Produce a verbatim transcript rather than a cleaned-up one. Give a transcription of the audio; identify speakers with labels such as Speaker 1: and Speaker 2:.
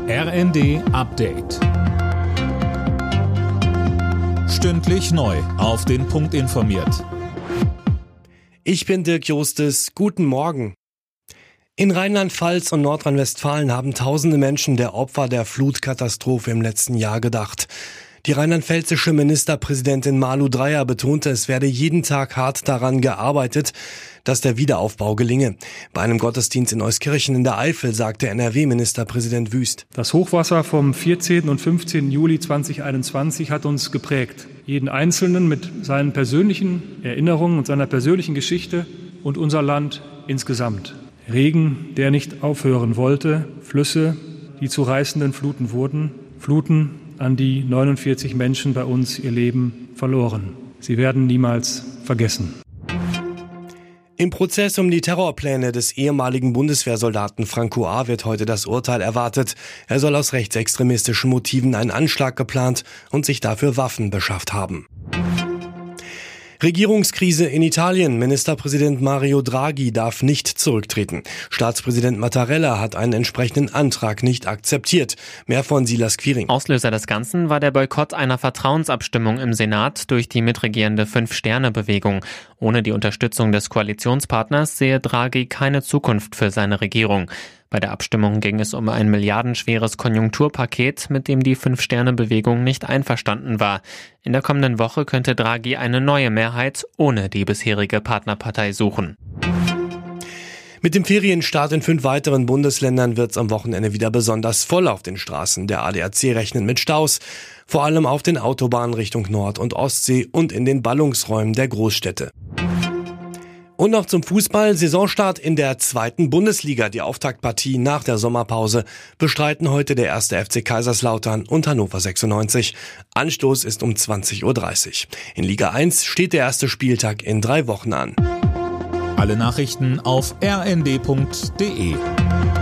Speaker 1: R N D Update. Stündlich neu auf den Punkt informiert.
Speaker 2: Ich bin Dirk Jostes. Guten Morgen. In Rheinland-Pfalz und Nordrhein-Westfalen haben tausende Menschen der Opfer der Flutkatastrophe im letzten Jahr gedacht. Die rheinland-pfälzische Ministerpräsidentin Malu Dreyer betonte, es werde jeden Tag hart daran gearbeitet, dass der Wiederaufbau gelinge. Bei einem Gottesdienst in Euskirchen in der Eifel sagte N R W-Ministerpräsident Wüst:
Speaker 3: Das Hochwasser vom vierzehnten und fünfzehnten Juli zweitausendeinundzwanzig hat uns geprägt. Jeden Einzelnen mit seinen persönlichen Erinnerungen und seiner persönlichen Geschichte und unser Land insgesamt. Regen, der nicht aufhören wollte, Flüsse, die zu reißenden Fluten wurden, Fluten, an die neunundvierzig Menschen bei uns ihr Leben verloren. Sie werden niemals vergessen.
Speaker 2: Im Prozess um die Terrorpläne des ehemaligen Bundeswehrsoldaten Franco A. wird heute das Urteil erwartet. Er soll aus rechtsextremistischen Motiven einen Anschlag geplant und sich dafür Waffen beschafft haben. Regierungskrise in Italien. Ministerpräsident Mario Draghi darf nicht zurücktreten. Staatspräsident Mattarella hat einen entsprechenden Antrag nicht akzeptiert. Mehr von Silas Quiring.
Speaker 4: Auslöser des Ganzen war der Boykott einer Vertrauensabstimmung im Senat durch die mitregierende Fünf-Sterne-Bewegung. Ohne die Unterstützung des Koalitionspartners sehe Draghi keine Zukunft für seine Regierung. Bei der Abstimmung ging es um ein milliardenschweres Konjunkturpaket, mit dem die Fünf-Sterne-Bewegung nicht einverstanden war. In der kommenden Woche könnte Draghi eine neue Mehrheit ohne die bisherige Partnerpartei suchen.
Speaker 2: Mit dem Ferienstart in fünf weiteren Bundesländern wird es am Wochenende wieder besonders voll auf den Straßen. Der A D A C rechnet mit Staus, vor allem auf den Autobahnen Richtung Nord- und Ostsee und in den Ballungsräumen der Großstädte. Und noch zum Fußball. Saisonstart in der zweiten Bundesliga. Die Auftaktpartie nach der Sommerpause bestreiten heute der erste F C Kaiserslautern und Hannover sechsundneunzig. Anstoß ist um zwanzig Uhr dreißig. In Liga eins steht der erste Spieltag in drei Wochen an.
Speaker 1: Alle Nachrichten auf r n d punkt d e.